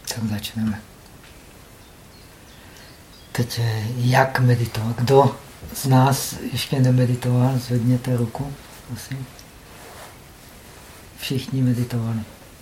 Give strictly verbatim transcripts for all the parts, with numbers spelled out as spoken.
Tak začneme. Teď jak meditovat? Kdo z nás ještě nemeditoval? Zvedněte ruku, prosím. Všichni meditovali.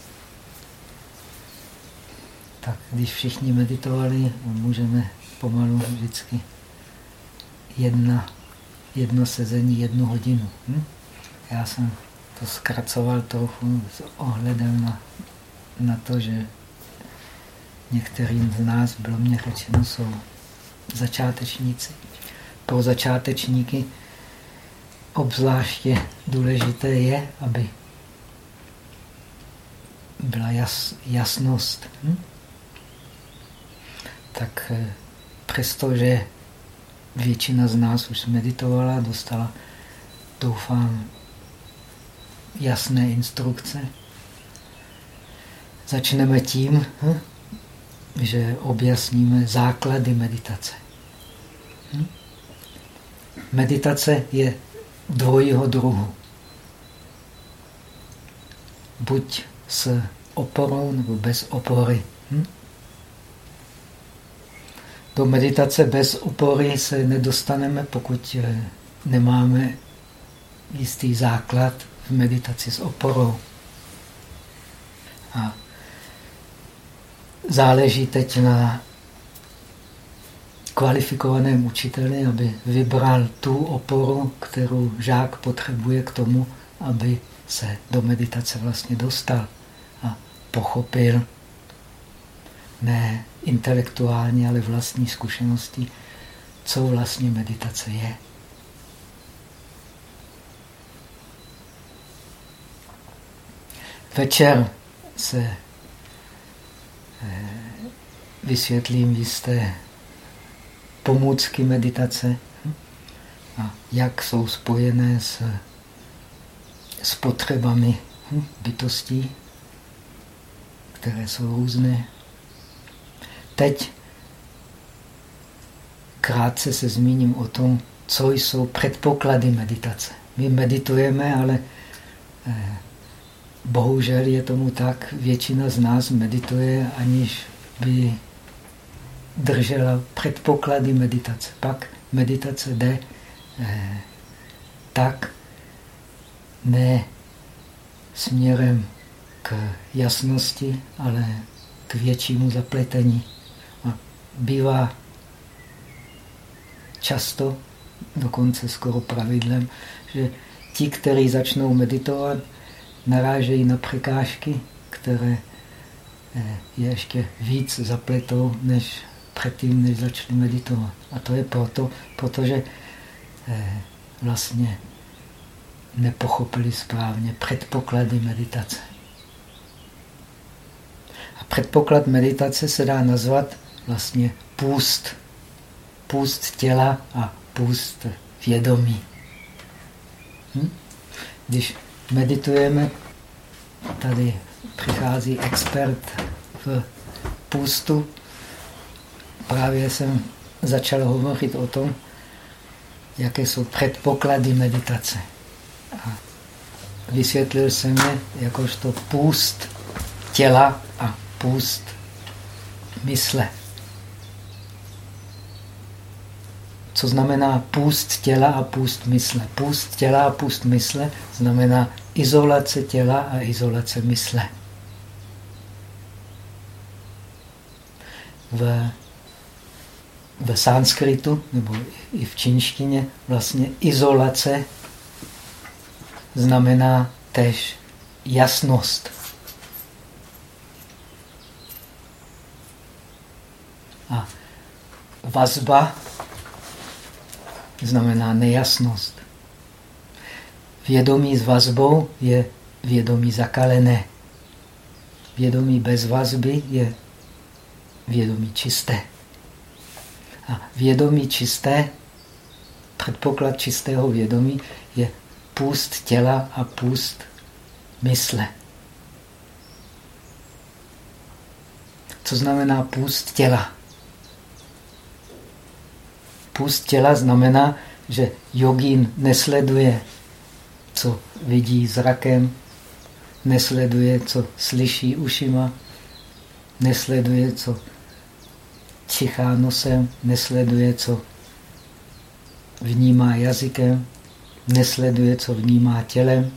Tak když všichni meditovali, můžeme pomalu vždycky jedna, jedno sezení, jednu hodinu. Hm? Já jsem to zkracoval trochu s ohledem na, na to, že některým z nás, bylo mě řečeno, jsou začátečníci. Pro začátečníky obzvláště důležité je, aby byla jas, jasnost. Hm? Tak přestože většina z nás už meditovala, dostala, doufám, jasné instrukce. Začneme tím, hm? že objasníme základy meditace. Hm? Meditace je dvojího druhu. Buď s oporou, nebo bez opory. Hm? Do meditace bez opory se nedostaneme, pokud nemáme jistý základ v meditaci s oporou. A záleží teď na kvalifikovaném učiteli, aby vybral tu oporu, kterou žák potřebuje k tomu, aby se do meditace vlastně dostal a pochopil ne intelektuálně, ale vlastní zkušenosti, co vlastně meditace je. Večer se vysvětlím jisté pomůcky meditace a jak jsou spojené s, s potřebami bytostí, které jsou různé. Teď krátce se zmíním o tom, co jsou předpoklady meditace. My meditujeme, ale eh, bohužel je tomu tak, většina z nás medituje, aniž by držela předpoklady meditace. Pak meditace jde eh, tak, ne směrem k jasnosti, ale k většímu zapletení. A bývá často, dokonce skoro pravidlem, že ti, kteří začnou meditovat, narážejí na překážky, které je ještě víc zapletou, než předtím, než začali meditovat. A to je proto, protože vlastně nepochopili správně předpoklady meditace. A předpoklad meditace se dá nazvat vlastně půst. Půst těla a půst vědomí. Hm? Když meditujeme, tady přichází expert v půstu. Právě jsem začal hovořit o tom, jaké jsou předpoklady meditace. A vysvětlil jsem je jakožto půst těla a půst mysle. Co znamená půst těla a půst mysle? Půst těla a půst mysle znamená izolace těla a izolace mysle. V, v sanskritu nebo i v čínštině vlastně izolace znamená též jasnost. A vazba znamená nejasnost. Vědomí s vazbou je vědomí zakalené. Vědomí bez vazby je vědomí čisté. A vědomí čisté, předpoklad čistého vědomí je půst těla a půst mysle. Co znamená půst těla? Půst těla znamená, že jogín nesleduje, co vidí zrakem, nesleduje, co slyší ušima, nesleduje, co čichá nosem, nesleduje, co vnímá jazykem, nesleduje, co vnímá tělem.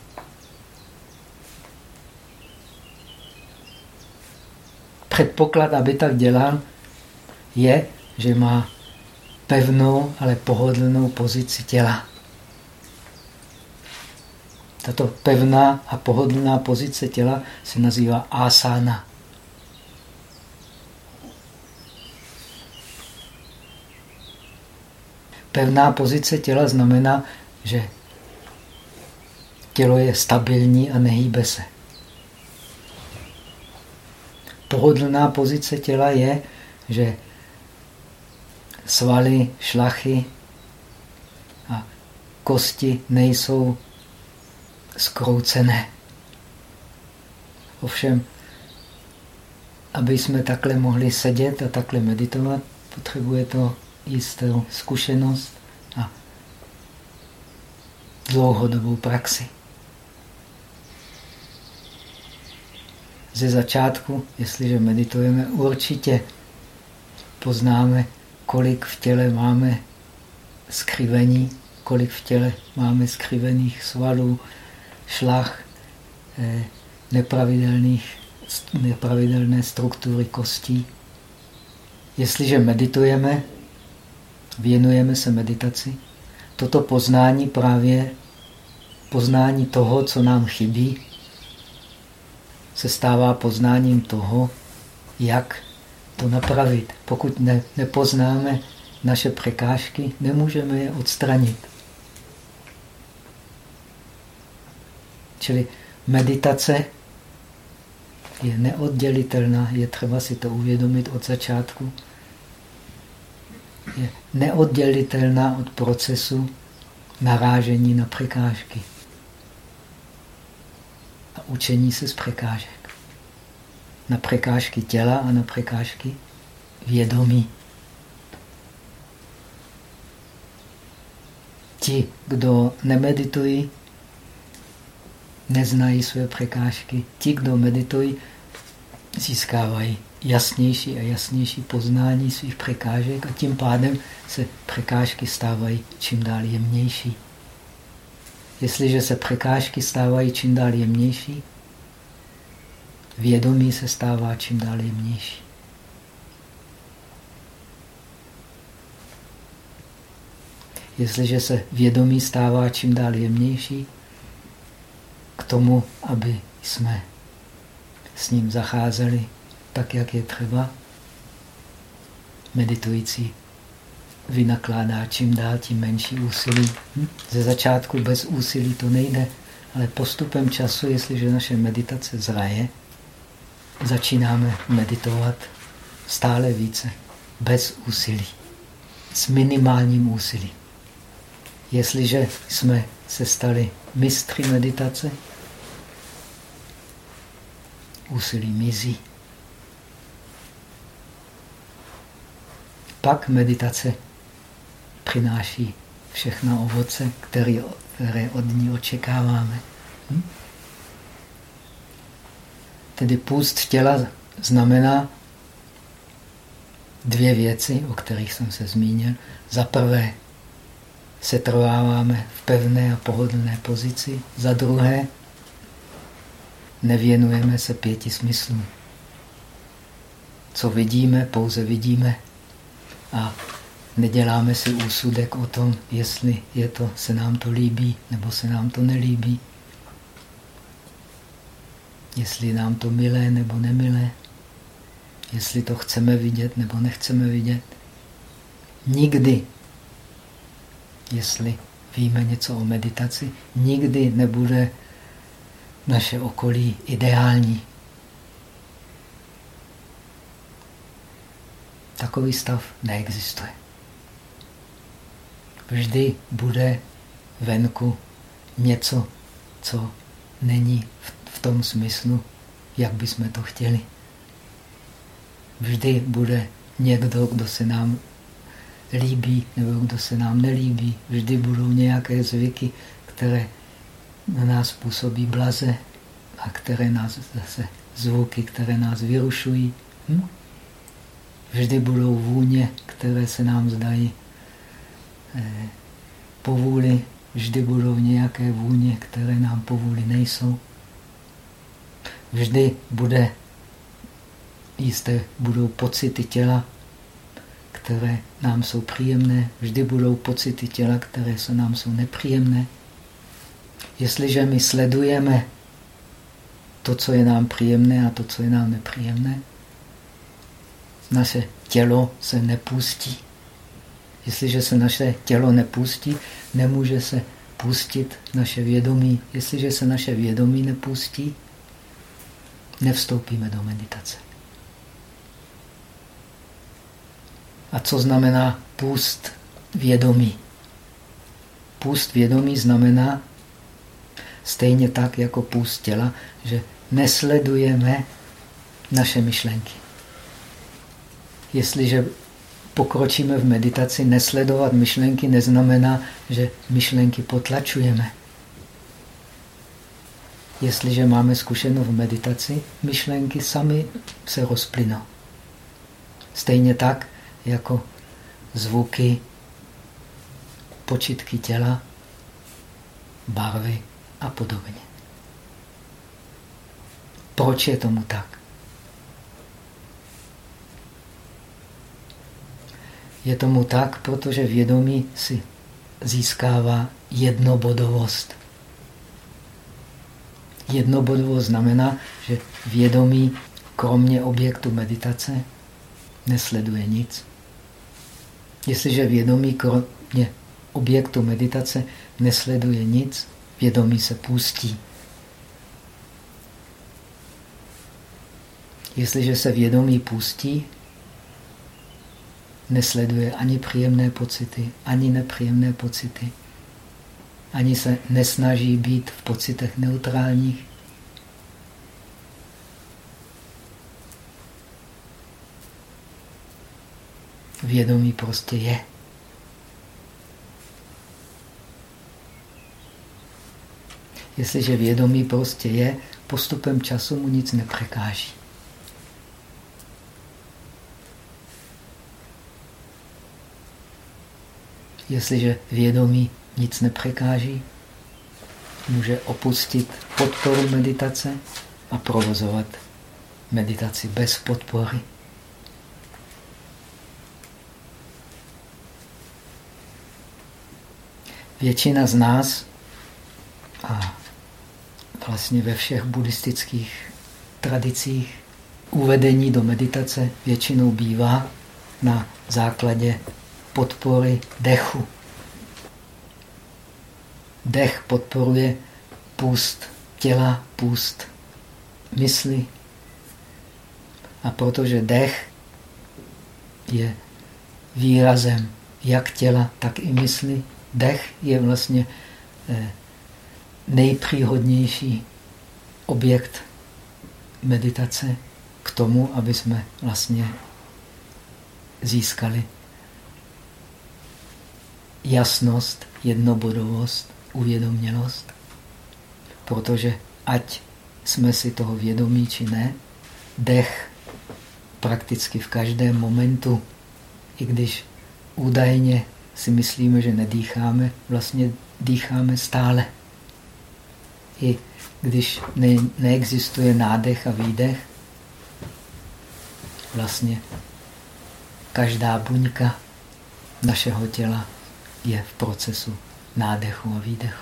Předpoklad, aby tak dělal, je, že má pevnou, ale pohodlnou pozici těla. Tato pevná a pohodlná pozice těla se nazývá asana. Pevná pozice těla znamená, že tělo je stabilní a nehýbe se. Pohodlná pozice těla je, že svaly, šlachy a kosti nejsou zkroucené. Ovšem, aby jsme takhle mohli sedět a takhle meditovat, potřebuje to jistou zkušenost a dlouhodobou praxi. Ze začátku, jestliže meditujeme, určitě poznáme, kolik v těle máme skřivení, kolik v těle máme skřivených svalů, šlach, nepravidelných, nepravidelné struktury kostí. Jestliže meditujeme, věnujeme se meditaci, toto poznání právě poznání toho, co nám chybí, se stává poznáním toho, jak to napravit. Pokud ne, nepoznáme naše překážky, nemůžeme je odstranit. Čili meditace je neoddělitelná, je třeba si to uvědomit od začátku. Je neoddělitelná od procesu narážení na překážky a učení se z překážek. Na překážky těla a na překážky vědomí. Ti, kdo nemeditují, neznají své překážky. Ti, kdo meditují, získávají jasnější a jasnější poznání svých překážek a tím pádem se překážky stávají čím dál jemnější. Jestliže se překážky stávají čím dál jemnější, vědomí se stává čím dál jemnější. Jestliže se vědomí stává čím dál jemnější, k tomu, aby jsme s ním zacházeli tak, jak je třeba, meditující vynakládá čím dál tím menší úsilí. Hm? Ze začátku bez úsilí to nejde, ale postupem času, jestliže naše meditace zraje, začínáme meditovat stále více, bez úsilí, s minimálním úsilím. Jestliže jsme se stali mistry meditace, úsilí mizí. Pak meditace přináší všechna ovoce, které, které od ní očekáváme. Hm? Tedy půst těla znamená dvě věci, o kterých jsem se zmínil. Za prvé, setrváváme v pevné a pohodlné pozici. Za druhé, nevěnujeme se pěti smyslům. Co vidíme, pouze vidíme a neděláme si úsudek o tom, jestli je to, se nám to líbí, nebo se nám to nelíbí. Jestli nám to milé, nebo nemilé. Jestli to chceme vidět, nebo nechceme vidět. Nikdy, jestli víme něco o meditaci, nikdy nebude naše okolí ideální. Takový stav neexistuje. Vždy bude venku něco, co není v tom smyslu, jak bychom to chtěli. Vždy bude někdo, kdo se nám líbí, nebo kdo se nám nelíbí. Vždy budou nějaké zvyky, které na nás působí blaze a které nás zase zvuky, které nás vyrušují. Hm? Vždy budou vůně, které se nám zdají eh, povůli. Vždy budou nějaké vůně, které nám povůli nejsou. Vždy bude jisté, budou pocity těla, které nám jsou příjemné. Vždy budou pocity těla, které se nám jsou nepříjemné. Jestliže my sledujeme to, co je nám příjemné a to, co je nám nepříjemné, naše tělo se nepustí. Jestliže se naše tělo nepustí, nemůže se pustit naše vědomí. Jestliže se naše vědomí nepustí, nevstoupíme do meditace. A co znamená pust vědomí? Pust vědomí znamená stejně tak jako pust těla, že nesledujeme naše myšlenky. Jestliže pokročíme v meditaci, nesledovat myšlenky neznamená, že myšlenky potlačujeme. Jestliže máme zkušenost v meditaci, myšlenky sami se rozplynou. Stejně tak, jako zvuky, počitky těla, barvy a podobně. Proč je tomu tak? Je tomu tak, protože vědomí si získává jednobodovost. Jednobodovost znamená, že vědomí kromě objektu meditace nesleduje nic. Jestliže vědomí kromě objektu meditace nesleduje nic, vědomí se pustí. Jestliže se vědomí pustí, nesleduje ani příjemné pocity, ani nepříjemné pocity, ani se nesnaží být v pocitech neutrálních. Vědomí prostě je. Jestliže vědomí prostě je, postupem času mu nic nepřekáží. Jestliže vědomí nic nepřekáží, může opustit podporu meditace a provozovat meditaci bez podpory. Většina z nás a vlastně ve všech buddhistických tradicích uvedení do meditace většinou bývá na základě podpory dechu. Dech podporuje pust těla, pust mysli. A protože dech je výrazem jak těla, tak i mysli, dech je vlastně nejpříhodnější objekt meditace k tomu, aby jsme vlastně získali jasnost, jednobodovost, uvědomělost. Protože ať jsme si toho vědomí či ne, dech prakticky v každém momentu, i když údajně si myslíme, že nedýcháme, vlastně dýcháme stále. I když ne, neexistuje nádech a výdech, vlastně každá buňka našeho těla je v procesu nádechu a výdechu.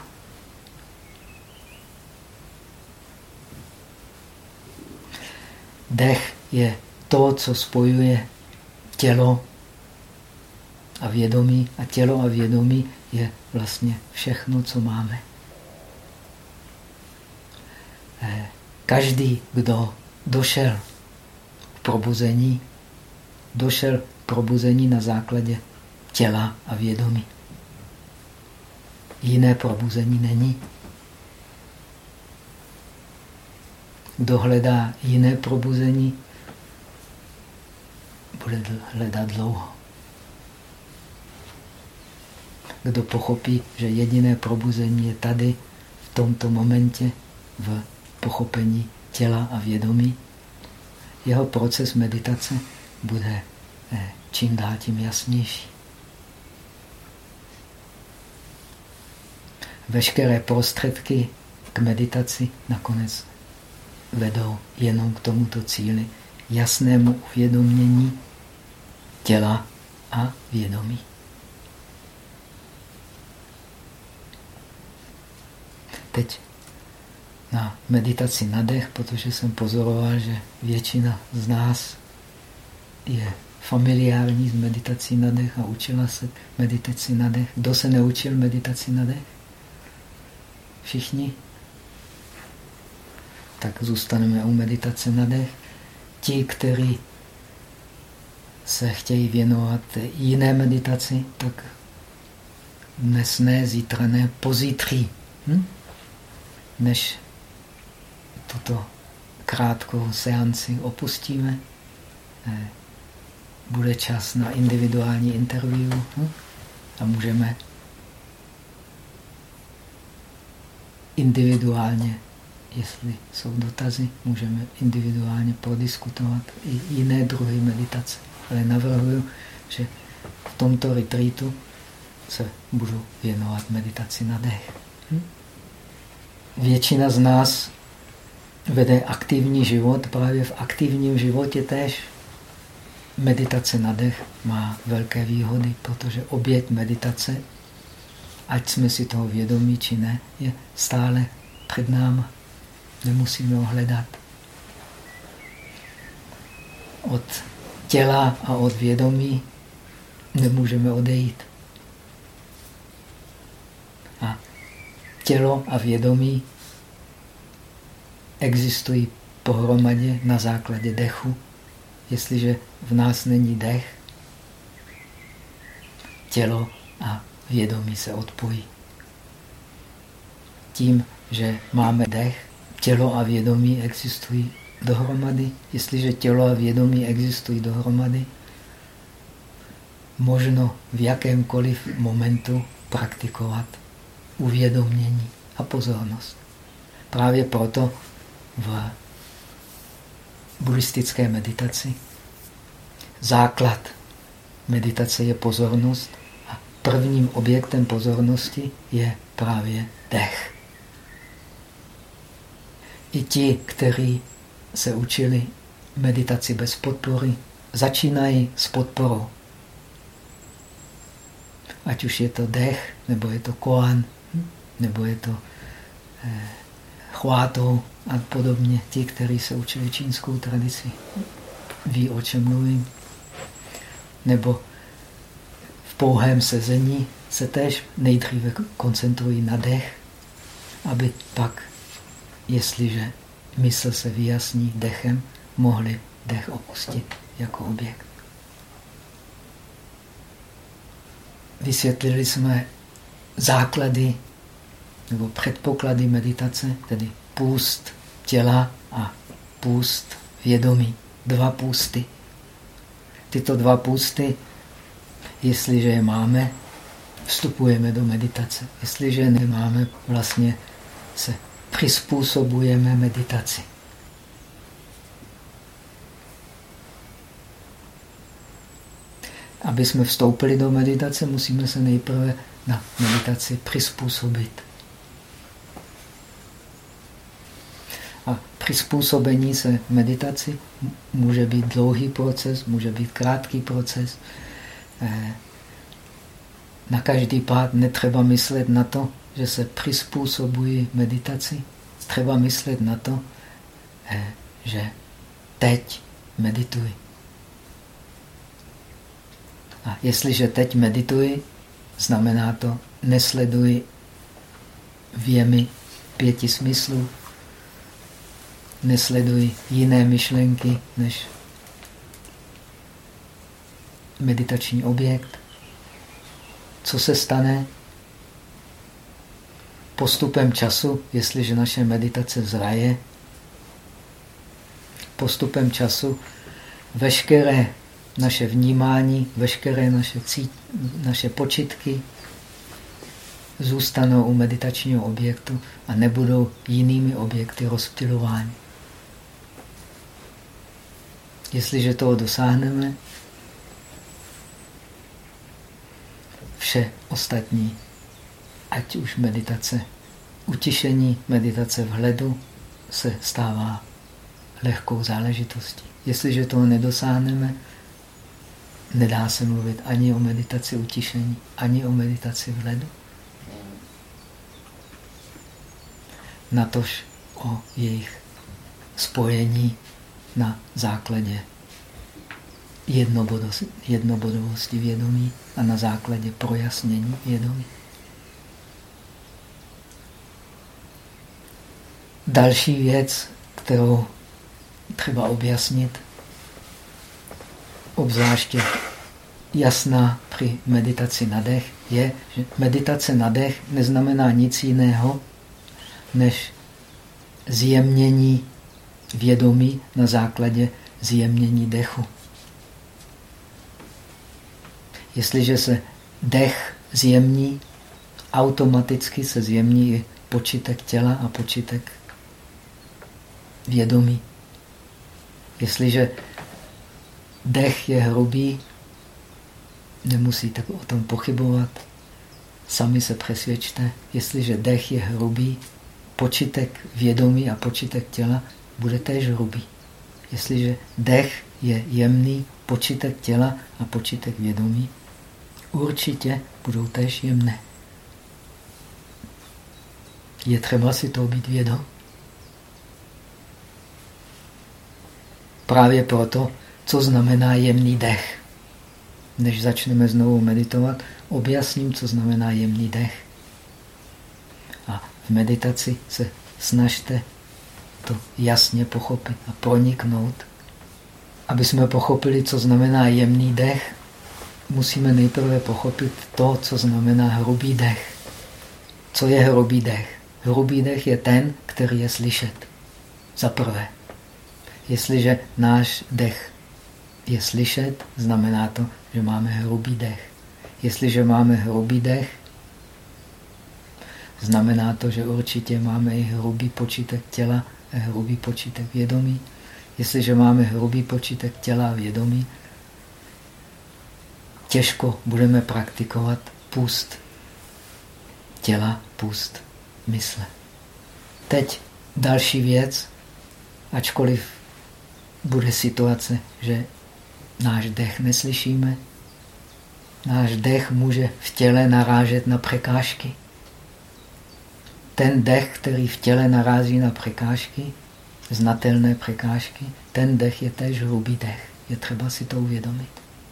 Dech je to, co spojuje tělo a vědomí. A tělo a vědomí je vlastně všechno, co máme. Každý, kdo došel k probuzení, došel k probuzení na základě těla a vědomí. Jiné probuzení není. Kdo hledá jiné probuzení, bude hledat dlouho. Kdo pochopí, že jediné probuzení je tady, v tomto momentě, v pochopení těla a vědomí, jeho proces meditace bude čím dál tím jasnější. Veškeré prostředky k meditaci nakonec vedou jenom k tomuto cíli, jasnému uvědomění těla a vědomí. Teď na meditaci na dech, protože jsem pozoroval, že většina z nás je familiární s meditací na dech a učila se meditaci na dech. Kdo se neučil meditaci na dech? Všichni? Tak zůstaneme u meditace na dech. Ti, kteří se chtějí věnovat jiné meditaci, tak dnes ne, zítra ne, pozítří. Hm? Než tuto krátkou seanci opustíme, bude čas na individuální interview hm? a můžeme individuálně, jestli jsou dotazy, můžeme individuálně prodiskutovat i jiné druhy meditace. Ale navrhuji, že v tomto retreatu se budu věnovat meditaci na dech. Hm? Většina z nás vede aktivní život, právě v aktivním životě též meditace na dech má velké výhody, protože oběť meditace, ať jsme si toho vědomí či ne, je stále před námi. Nemusíme ho hledat. Od těla a od vědomí nemůžeme odejít. A tělo a vědomí existují pohromadě na základě dechu. Jestliže v nás není dech, tělo a vědomí se odpojí. Tím, že máme dech, tělo a vědomí existují dohromady. Jestliže tělo a vědomí existují dohromady, možno v jakémkoliv momentu praktikovat uvědomění a pozornost. Právě proto v buddhistické meditaci základ meditace je pozornost a prvním objektem pozornosti je právě dech. I ti, kteří se učili meditaci bez podpory, začínají s podporou. Ať už je to dech, nebo je to koan, nebo je to eh, chvátou a podobně. Ti, kteří se učili čínskou tradici, ví, o čem mluvím. Nebo v pouhém sezení se též nejdříve koncentrují na dech, aby pak, jestliže mysl se vyjasní dechem, mohli dech opustit jako objekt. Vysvětlili jsme základy nebo předpoklady meditace, tedy půst těla a půst vědomí. Dva půsty. Tyto dva půsty, jestliže je máme, vstupujeme do meditace. Jestliže je nemáme, vlastně se přizpůsobujeme meditaci. Aby jsme vstoupili do meditace, musíme se nejprve na meditaci přizpůsobit. A přizpůsobení se meditaci může být dlouhý proces, může být krátký proces. Na každý pád netřeba myslet na to, že se přizpůsobují meditaci. Třeba myslet na to, že teď medituji. A jestliže teď medituji, znamená to, nesleduji věmy pěti smyslů, nesleduji jiné myšlenky než meditační objekt. Co se stane? Postupem času, jestliže naše meditace zraje, postupem času veškeré naše vnímání, veškeré naše, cít, naše počitky zůstanou u meditačního objektu a nebudou jinými objekty rozptylovány. Jestliže toho dosáhneme, vše ostatní, ať už meditace utišení, meditace vhledu, se stává lehkou záležitostí. Jestliže toho nedosáhneme, nedá se mluvit ani o meditaci utišení, ani o meditaci vhledu. Natož o jejich spojení na základě jednobodovosti vědomí a na základě projasnění vědomí. Další věc, kterou třeba objasnit, obzvláště jasná při meditaci na dech, je, že meditace na dech neznamená nic jiného, než zjemnění vědomí na základě zjemnění dechu. Jestliže se dech zjemní, automaticky se zjemní i počítek těla a počítek vědomí. Jestliže dech je hrubý, nemusíte o tom pochybovat, sami se přesvědčte. Jestliže dech je hrubý, počítek vědomí a počítek těla bude též hrubý. Jestliže dech je jemný, počítek těla a počítek vědomí určitě budou též jemné. Je třeba si toho být vědom. Právě proto, co znamená jemný dech. Než začneme znovu meditovat, objasním, co znamená jemný dech. A v meditaci se snažte to jasně pochopit a proniknout. Aby jsme pochopili, co znamená jemný dech, musíme nejprve pochopit to, co znamená hrubý dech. Co je hrubý dech? Hrubý dech je ten, který je slyšet. Za prvé. Jestliže náš dech je slyšet, znamená to, že máme hrubý dech. Jestliže máme hrubý dech, znamená to, že určitě máme i hrubý počítek těla a hrubý počítek vědomí. Jestliže máme hrubý počítek těla a vědomí, těžko budeme praktikovat pust těla, pust mysle. Teď další věc, ačkoliv bude situace, že náš dech neslyšíme, náš dech může v těle narážet na překážky. Ten dech, který v těle narazí na překážky, znatelné překážky, ten dech je též hrubý dech. Je třeba si to uvědomit.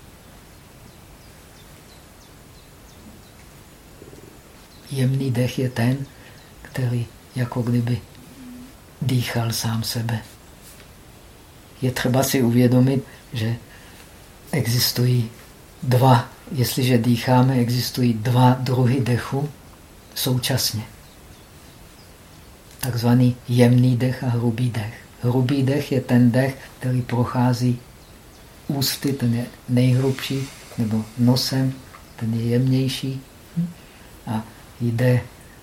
Jemný dech je ten, který jako kdyby dýchal sám sebe. Je třeba si uvědomit, že existují dva, jestliže dýcháme, existují dva druhy dechu současně. Takzvaný jemný dech a hrubý dech. Hrubý dech je ten dech, který prochází ústy, ten je nejhrubší, nebo nosem, ten je jemnější. A jde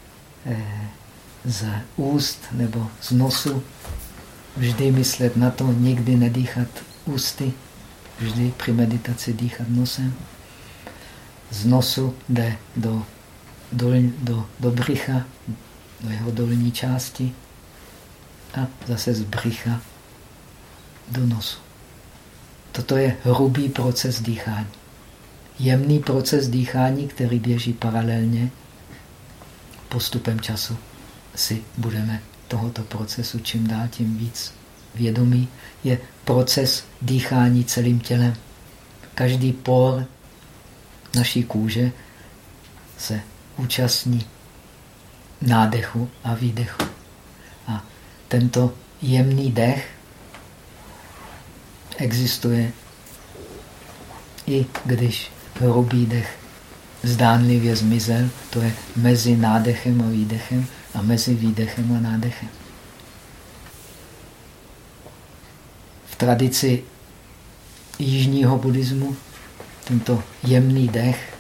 z úst nebo z nosu. Vždy myslet na to, nikdy nedýchat ústy, vždy při meditaci dýchat nosem. Z nosu jde do, do, do, do břicha, do jeho dolní části a zase z břicha do nosu. Toto je hrubý proces dýchání. Jemný proces dýchání, který běží paralelně, postupem času si budeme tohoto procesu čím dál tím víc vědomí, je proces dýchání celým tělem. Každý por naší kůže se účastní nádechu a výdechu. A tento jemný dech existuje, i když hrubý dech zdánlivě zmizel, to je mezi nádechem a výdechem a mezi výdechem a nádechem. V tradici jižního buddhismu tento jemný dech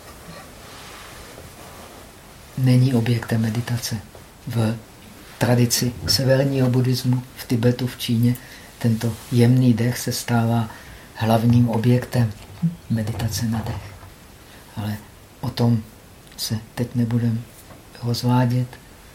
není objektem meditace. V tradici severního buddhismu, v Tibetu, v Číně, tento jemný dech se stává hlavním objektem meditace na dech. Ale o tom se teď nebudeme rozvádět.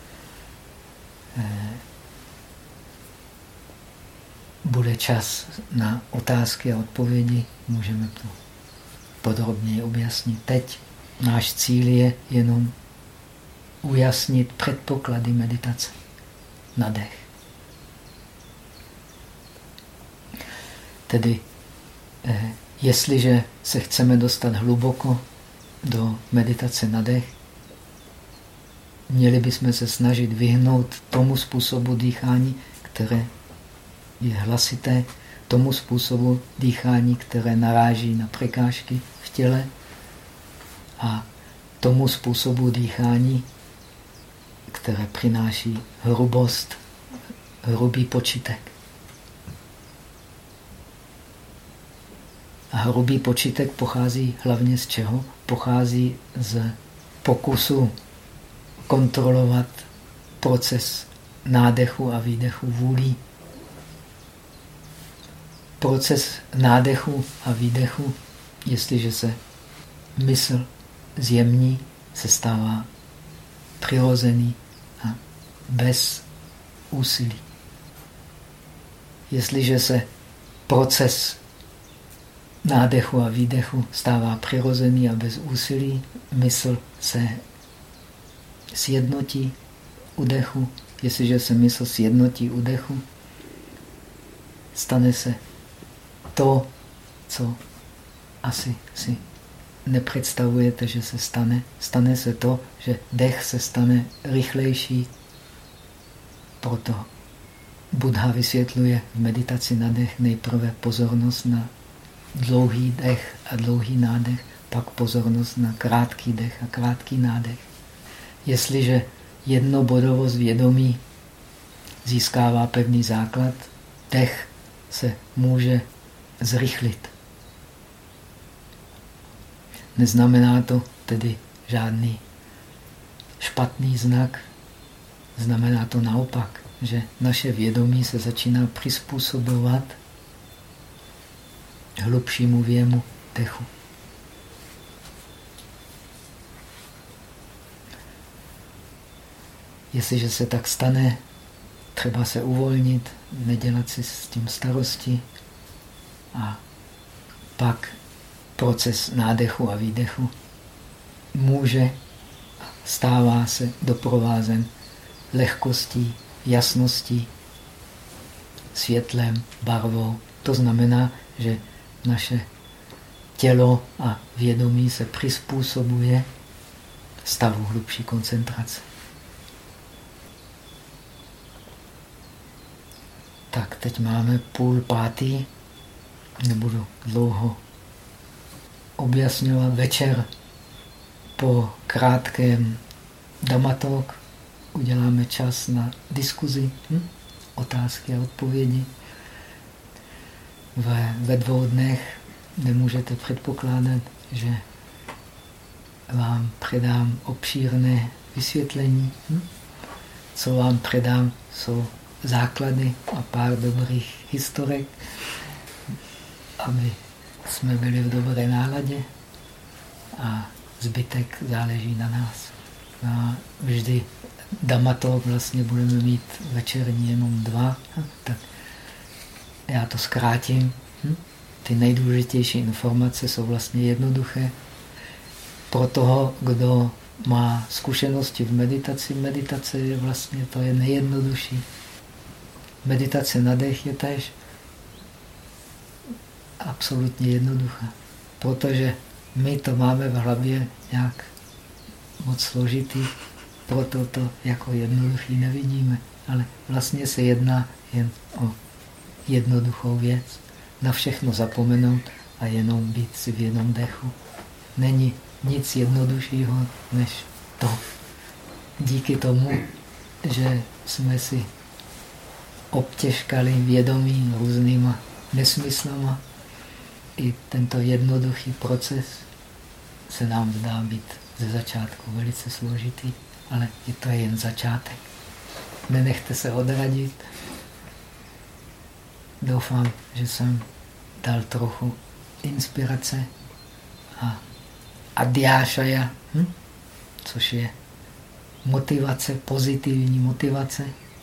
Bude čas na otázky a odpovědi, můžeme to podrobněji objasnit. Teď náš cíl je jenom ujasnit předpoklady meditace na dech. Tedy, eh, jestliže se chceme dostat hluboko do meditace na dech, měli bychom se snažit vyhnout tomu způsobu dýchání, které je hlasité, tomu způsobu dýchání, které naráží na překážky v těle, a tomu způsobu dýchání, které přináší hrubost, hrubý počítek. A hrubý počítek pochází hlavně z čeho? Pochází z pokusu kontrolovat proces nádechu a výdechu vůlí. Proces nádechu a výdechu, jestliže se mysl zjemní, se stává přirozený a bez úsilí. Jestliže se proces nádechu a výdechu stává přirozený a bez úsilí, mysl se sjednotí u dechu. Jestliže se mysl sjednotí u dechu, stane se to, co asi si nepředstavujete, že se stane. Stane se to, že dech se stane rychlejší. Proto Buddha vysvětluje v meditaci na dech nejprve pozornost na dlouhý dech a dlouhý nádech, pak pozornost na krátký dech a krátký nádech. Jestliže jednobodovost vědomí získává pevný základ, dech se může zrychlit. Neznamená to tedy žádný špatný znak, znamená to naopak, že naše vědomí se začíná přizpůsobovat hlubšímu věmu dechu. Jestliže se tak stane, třeba se uvolnit, nedělat si s tím starosti a pak proces nádechu a výdechu může, stává se doprovázen lehkostí, jasností, světlem, barvou. To znamená, že naše tělo a vědomí se přizpůsobuje stavu hlubší koncentrace. Tak, teď máme půl pátý, nebudu dlouho objasňovat. Večer po krátkém Dhamma talk uděláme čas na diskuzi, hm? otázky a odpovědi. Ve, ve dvou dnech nemůžete předpokládat, že vám předám obšírné vysvětlení. Hm? Co vám předám, jsou základy a pár dobrých historek, aby jsme byli v dobré náladě, a zbytek záleží na nás. A vždy Dhamma talk vlastně budeme mít večerní jenom dva, tak já to zkrátím. Ty nejdůležitější informace jsou vlastně jednoduché. Pro toho, kdo má zkušenosti v meditaci, meditace je vlastně to je nejjednodušší. Meditace na dech je též absolutně jednoduchá, protože my to máme v hlavě nějak moc složitý, proto to jako jednoduchý nevidíme, ale vlastně se jedná jen o jednoduchou věc. Na všechno zapomenout a jenom být si v jednom dechu. Není nic jednoduššího než to. Díky tomu, že jsme si obtěžkali vědomí různýma nesmyslama, i tento jednoduchý proces se nám zdá být ze začátku velice složitý, ale je to jen začátek. Nenechte se odradit. Doufám, že jsem dal trochu inspirace a adhyášaya, hm? což je motivace, pozitivní motivace.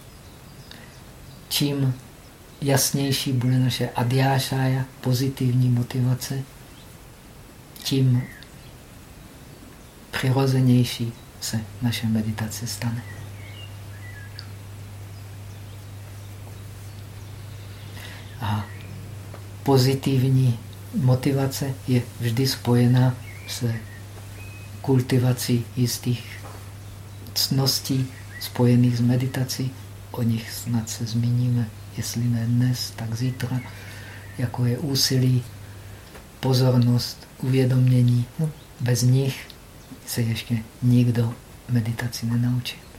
Čím jasnější bude naše adhyášaya, pozitivní motivace, tím přirozenější se naše meditace stane. A pozitivní motivace je vždy spojená s kultivací jistých ctností spojených s meditací. O nich snad se zmíníme, jestli ne dnes, tak zítra, jako je úsilí, pozornost, uvědomění. No, bez nich se ještě nikdo meditaci nenaučí.